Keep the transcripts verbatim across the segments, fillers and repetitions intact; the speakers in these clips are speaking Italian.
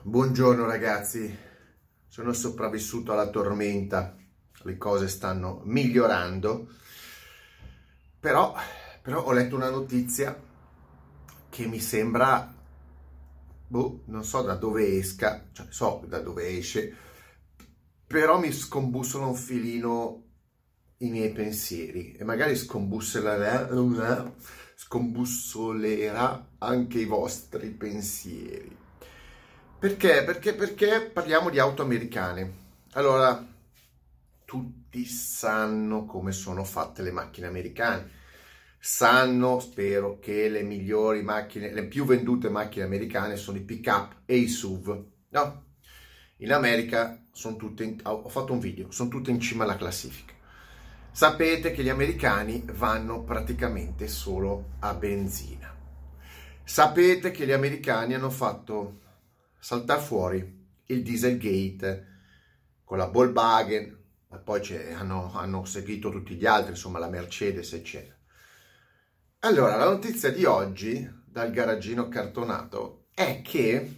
Buongiorno ragazzi, sono sopravvissuto alla tormenta, le cose stanno migliorando, però, però ho letto una notizia che mi sembra, boh, non so da dove esca, cioè so da dove esce, però mi scombussola un filino i miei pensieri e magari scombussolerà, scombussolerà anche i vostri pensieri. Perché? Perché? Perché parliamo di auto americane. Allora, tutti sanno come sono fatte le macchine americane. Sanno, spero, che le migliori macchine, le più vendute macchine americane sono i pick-up e i S U V. No, in America sono tutte, in, ho fatto un video, sono tutte in cima alla classifica. Sapete che gli americani vanno praticamente solo a benzina. Sapete che gli americani hanno fatto saltare fuori il Dieselgate con la Volkswagen, ma poi hanno, hanno seguito tutti gli altri, insomma la Mercedes, eccetera. Allora, la notizia di oggi, dal garagino cartonato, è che,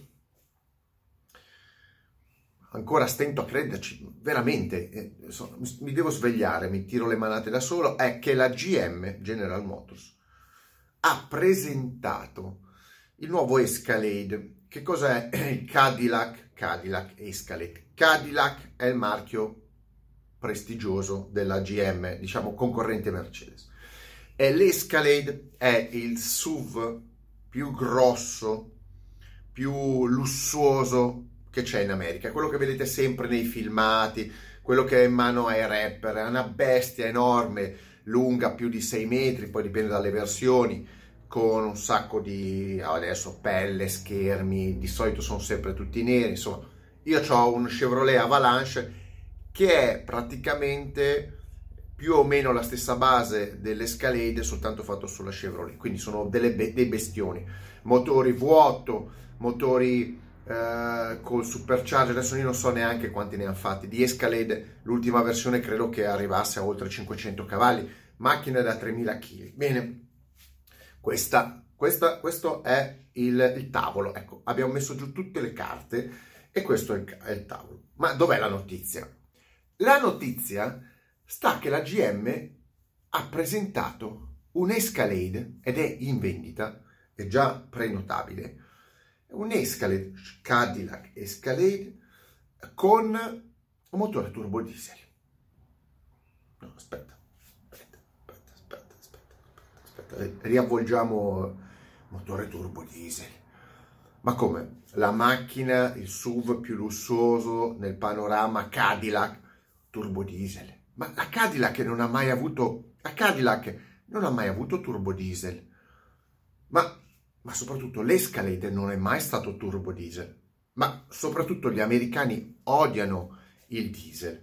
ancora stento a crederci, veramente, eh, so, mi devo svegliare, mi tiro le manate da solo, è che la G M, General Motors, ha presentato il nuovo Escalade. Che cos'è il Cadillac? Cadillac Escalade. Cadillac è il marchio prestigioso della G M, diciamo concorrente Mercedes. E l'Escalade è il S U V più grosso, più lussuoso che c'è in America, quello che vedete sempre nei filmati, quello che è in mano ai rapper, è una bestia enorme, lunga più di sei metri, poi dipende dalle versioni, con un sacco di, adesso, pelle, schermi, di solito sono sempre tutti neri, insomma. Io ho un Chevrolet Avalanche che è praticamente più o meno la stessa base dell'Escalade, soltanto fatto sulla Chevrolet, quindi sono delle be- dei bestioni, motori V otto, motori eh, col supercharger, adesso io non so neanche quanti ne hanno fatti, di Escalade l'ultima versione credo che arrivasse a oltre cinquecento cavalli, macchina da tremila chili. Bene, questa, questa, questo è il, il tavolo, ecco, abbiamo messo giù tutte le carte e questo è il, è il tavolo. Ma dov'è la notizia? La notizia sta che la G M ha presentato un Escalade ed è in vendita, è già prenotabile, un Escalade, Cadillac Escalade con un motore turbo diesel. No, aspetta, aspetta, aspetta, aspetta, aspetta, aspetta, aspetta. Riavvolgiamo motore turbo diesel. Ma come? La macchina, il S U V più lussuoso nel panorama Cadillac turbo diesel. Ma la Cadillac non ha mai avuto, la Cadillac non ha mai avuto turbo diesel. Ma, ma soprattutto l'Escalade non è mai stato turbo diesel. Ma soprattutto gli americani odiano il diesel.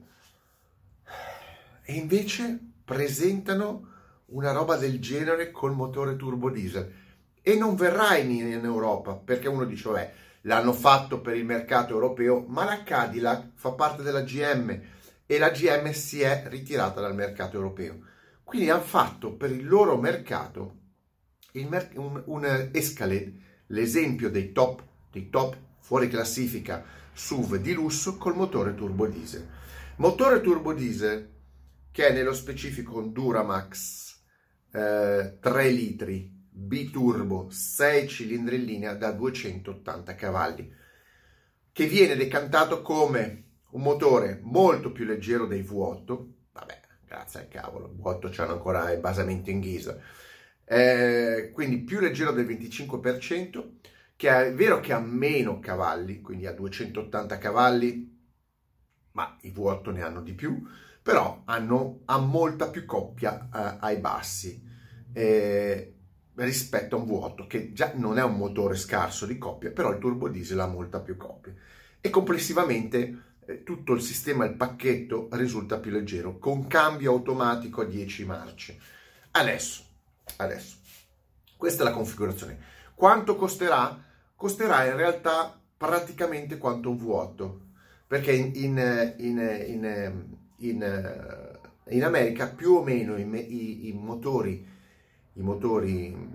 E invece presentano una roba del genere col motore turbo diesel. E non verrà in, in Europa, perché uno dice, vabbè, l'hanno fatto per il mercato europeo, ma la Cadillac fa parte della G M e la G M si è ritirata dal mercato europeo. Quindi hanno fatto per il loro mercato il mer- un, un Escalade, l'esempio dei top, dei top fuori classifica S U V di lusso col motore turbo diesel. Motore turbo diesel che è nello specifico un Duramax eh, tre litri biturbo sei cilindri in linea da duecentottanta cavalli, che viene decantato come un motore molto più leggero dei V otto, vabbè, grazie al cavolo, V otto c'hanno ancora il basamento in ghisa, eh, quindi più leggero del venticinque per cento, che è vero che ha meno cavalli, quindi ha duecentottanta cavalli, ma i V otto ne hanno di più, però hanno, ha molta più coppia eh, ai bassi eh, rispetto a un V otto, che già non è un motore scarso di coppia, però il turbo diesel ha molta più coppia. E complessivamente eh, tutto il sistema, il pacchetto, risulta più leggero, con cambio automatico a dieci marce. Adesso, adesso, questa è la configurazione. Quanto costerà? Costerà in realtà praticamente quanto un V otto, perché in, in, in, in, in, in America più o meno i, i, i motori, i motori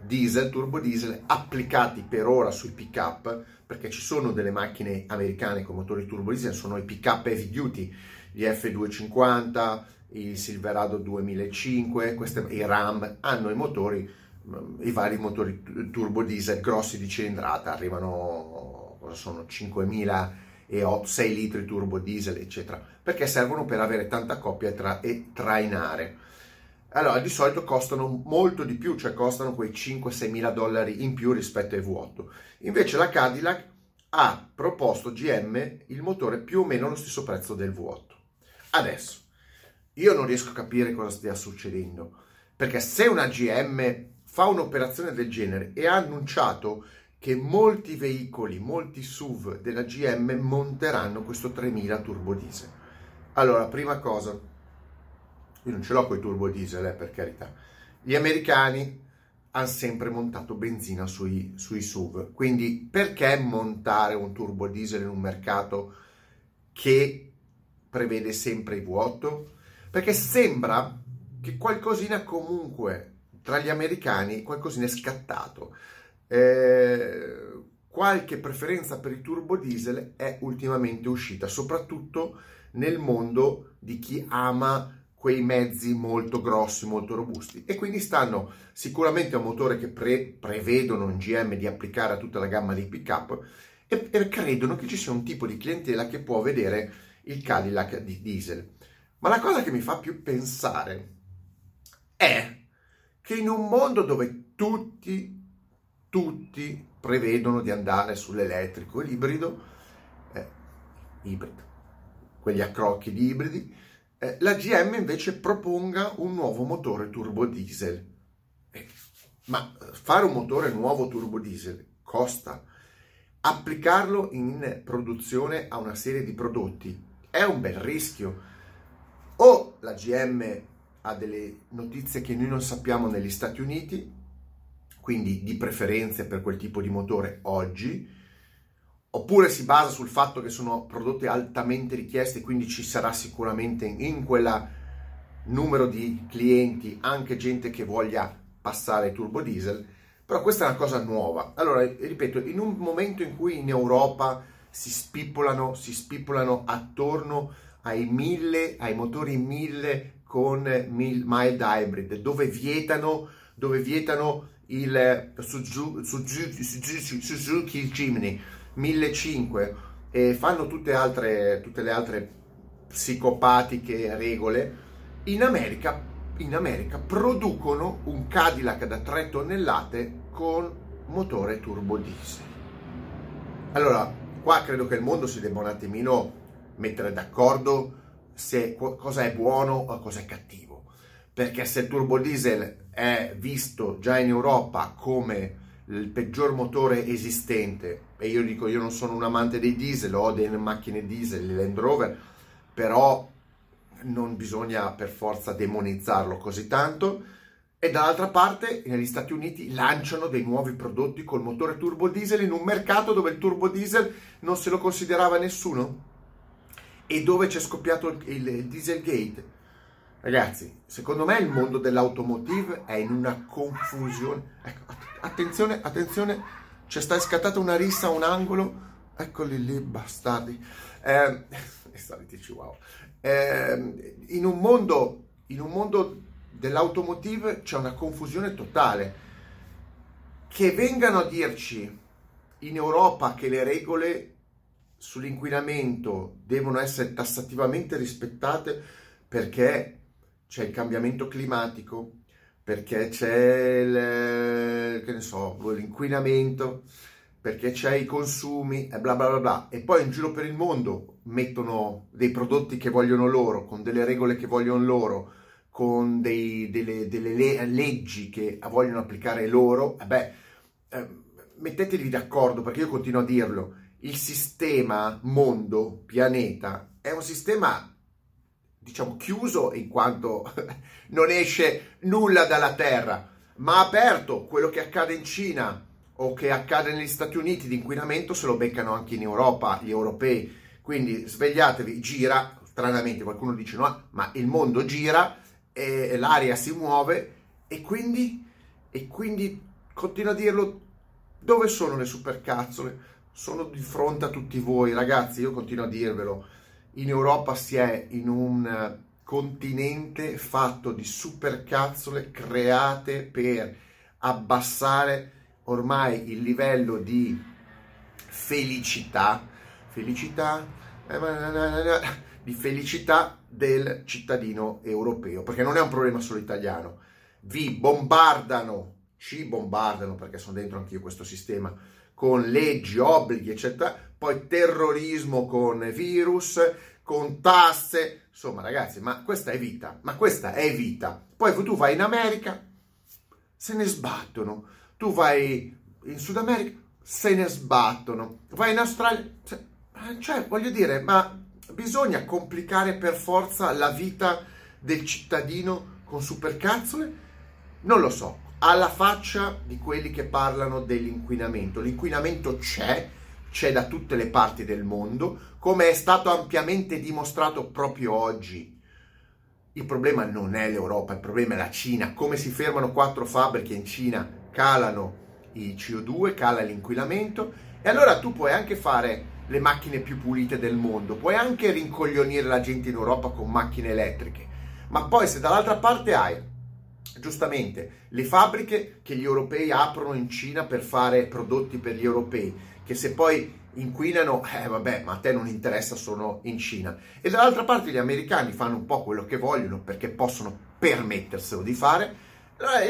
diesel, turbo diesel, applicati per ora sui pick-up, perché ci sono delle macchine americane con motori turbo diesel, sono i pick-up heavy duty, gli F duecentocinquanta, il Silverado duemilacinque, queste, i Ram, hanno i motori, i vari motori turbo diesel grossi di cilindrata, arrivano, cosa sono, cinquemila e sei litri turbo diesel, eccetera, perché servono per avere tanta coppia e, tra, e trainare. Allora, di solito costano molto di più, cioè costano quei cinque-sei mila dollari in più rispetto ai V otto. Invece la Cadillac ha proposto G M il motore più o meno allo stesso prezzo del V otto. Adesso, io non riesco a capire cosa stia succedendo, perché se una G M fa un'operazione del genere e ha annunciato che molti veicoli, molti S U V della G M monteranno questo tremila turbo diesel. Allora, prima cosa, io non ce l'ho con i turbo diesel, eh, per carità. Gli americani hanno sempre montato benzina sui, sui S U V, quindi perché montare un turbo diesel in un mercato che prevede sempre i V otto? Perché sembra che qualcosina comunque tra gli americani, qualcosina è scattato. Eh, qualche preferenza per i turbo diesel è ultimamente uscita, soprattutto nel mondo di chi ama quei mezzi molto grossi, molto robusti, e quindi stanno sicuramente a un motore che pre- prevedono in G M di applicare a tutta la gamma dei pick-up e, e credono che ci sia un tipo di clientela che può vedere il Cadillac di diesel. Ma la cosa che mi fa più pensare è che in un mondo dove tutti, tutti prevedono di andare sull'elettrico e l'ibrido, eh, ibrido, quegli accrocchi di ibridi, eh, la G M invece proponga un nuovo motore turbo diesel. Eh, ma fare un motore nuovo turbo diesel costa. Applicarlo in produzione a una serie di prodotti è un bel rischio. O la G M ha delle notizie che noi non sappiamo negli Stati Uniti, quindi di preferenze per quel tipo di motore oggi, oppure si basa sul fatto che sono prodotti altamente richiesti, quindi ci sarà sicuramente in quel numero di clienti anche gente che voglia passare ai turbo diesel, però questa è una cosa nuova. Allora, ripeto, in un momento in cui in Europa si spippolano, si spippolano attorno ai mille, ai motori mille con mild hybrid, dove vietano, dove vietano il Suzuki, Suzuki, Suzuki Jimny millecinquecento e fanno tutte, altre, tutte le altre psicopatiche regole, in America, in America producono un Cadillac da tre tonnellate con motore turbo diesel. Allora, qua credo che il mondo si debba un attimino mettere d'accordo se cosa è buono o cosa è cattivo, perché se il turbo diesel è visto già in Europa come il peggior motore esistente, e io dico, io non sono un amante dei diesel, ho delle macchine diesel, le Land Rover, però non bisogna per forza demonizzarlo così tanto, e dall'altra parte negli Stati Uniti lanciano dei nuovi prodotti col motore turbo diesel in un mercato dove il turbo diesel non se lo considerava nessuno e dove c'è scoppiato il, il Dieselgate. Ragazzi, secondo me il mondo dell'automotive è in una confusione. Ecco, attenzione, attenzione, c'è sta scattata una rissa a un angolo, eccoli lì, bastardi. Eh, wow. eh, in un mondo, in un mondo dell'automotive c'è una confusione totale. Che vengano a dirci in Europa che le regole sull'inquinamento devono essere tassativamente rispettate perché c'è il cambiamento climatico, perché c'è il, che ne so, l'inquinamento, perché c'è i consumi e bla bla bla bla, e poi in giro per il mondo mettono dei prodotti che vogliono loro, con delle regole che vogliono loro, con dei, delle, delle leggi che vogliono applicare loro. Eh beh, eh, mettetevi d'accordo, perché io continuo a dirlo, il sistema mondo, pianeta, è un sistema, diciamo, chiuso in quanto non esce nulla dalla Terra, ma aperto. Quello che accade in Cina o che accade negli Stati Uniti di inquinamento se lo beccano anche in Europa, gli europei. Quindi svegliatevi, gira, stranamente qualcuno dice no, ma il mondo gira, e l'aria si muove, e quindi, e quindi continuo a dirlo, dove sono le supercazzole? Sono di fronte a tutti voi, ragazzi, io continuo a dirvelo, in Europa si è in un continente fatto di supercazzole create per abbassare ormai il livello di felicità, felicità, di felicità del cittadino europeo, perché non è un problema solo italiano. Vi bombardano, ci bombardano, perché sono dentro anch'io questo sistema, con leggi, obblighi, eccetera, poi terrorismo con virus, con tasse, insomma ragazzi, ma questa è vita, ma questa è vita. Poi tu vai in America, se ne sbattono, tu vai in Sud America, se ne sbattono, vai in Australia, cioè, cioè voglio dire, ma bisogna complicare per forza la vita del cittadino con supercazzole? Non lo so, alla faccia di quelli che parlano dell'inquinamento. L'inquinamento c'è, c'è da tutte le parti del mondo, come è stato ampiamente dimostrato proprio oggi. Il problema non è l'Europa, il problema è la Cina. Come si fermano quattro fabbriche in Cina, calano i C O due, cala l'inquinamento, e allora tu puoi anche fare le macchine più pulite del mondo, puoi anche rincoglionire la gente in Europa con macchine elettriche, ma poi se dall'altra parte hai giustamente le fabbriche che gli europei aprono in Cina per fare prodotti per gli europei, che se poi inquinano, eh vabbè, ma a te non interessa, sono in Cina, e dall'altra parte gli americani fanno un po' quello che vogliono perché possono permetterselo di fare, allora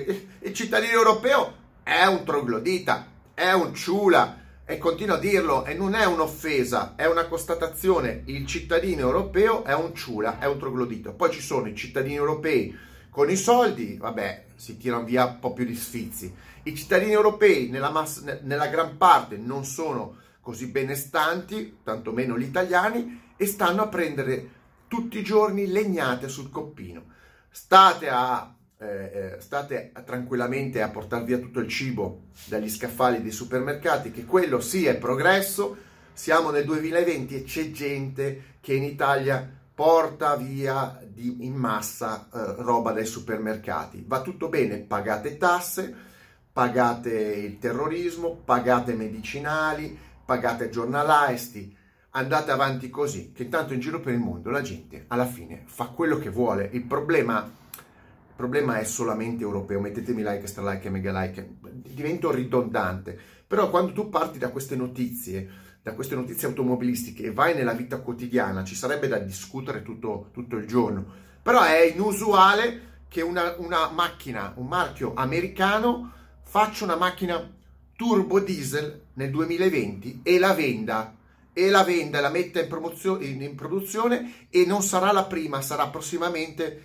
il cittadino europeo è un troglodita, è un ciula, e continuo a dirlo, e non è un'offesa, è una constatazione, il cittadino europeo è un ciula, è un troglodita. Poi ci sono i cittadini europei con i soldi, vabbè, si tirano via un po' più di sfizi. I cittadini europei nella, massa, nella gran parte non sono così benestanti, tantomeno gli italiani, e stanno a prendere tutti i giorni legnate sul coppino. State a Eh, eh, state tranquillamente a portare via tutto il cibo dagli scaffali dei supermercati, che quello sì è progresso. Siamo nel duemilaventi e c'è gente che in Italia porta via di, in massa eh, roba dai supermercati. Va tutto bene, pagate tasse, pagate il terrorismo, pagate medicinali, pagate giornalisti, andate avanti così, che intanto in giro per il mondo la gente alla fine fa quello che vuole. Il problema Il problema è solamente europeo, mettetemi like, stralike e mega like, divento ridondante, però quando tu parti da queste notizie, da queste notizie automobilistiche e vai nella vita quotidiana, ci sarebbe da discutere tutto, tutto il giorno, però è inusuale che una, una macchina, un marchio americano faccia una macchina turbo diesel nel duemilaventi e la venda, e la venda, la metta in, promozio- in, in produzione, e non sarà la prima, sarà prossimamente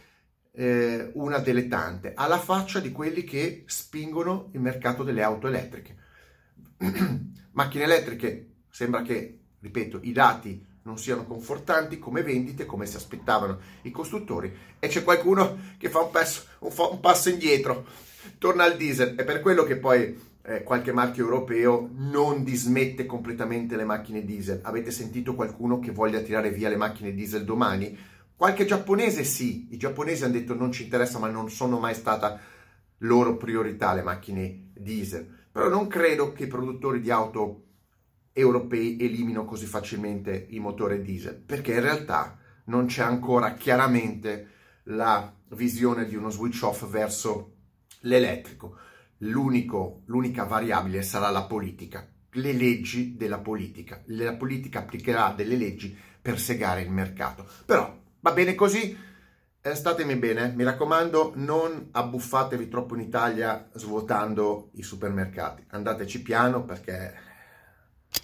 Eh, una delle tante, alla faccia di quelli che spingono il mercato delle auto elettriche. Macchine elettriche, sembra che, ripeto, i dati non siano confortanti come vendite, come si aspettavano i costruttori, e c'è qualcuno che fa un passo, un fa un passo indietro, torna al diesel. È per quello che poi eh, qualche marchio europeo non dismette completamente le macchine diesel. Avete sentito qualcuno che voglia tirare via le macchine diesel domani? Qualche giapponese sì, i giapponesi hanno detto non ci interessa, ma non sono mai stata loro priorità le macchine diesel. Però non credo che i produttori di auto europei eliminino così facilmente i motori diesel, perché in realtà non c'è ancora chiaramente la visione di uno switch off verso l'elettrico. L'unico, l'unica variabile sarà la politica, le leggi della politica. La politica applicherà delle leggi per segare il mercato. Però va bene così, eh, statemi bene, mi raccomando, non abbuffatevi troppo in Italia svuotando i supermercati, andateci piano perché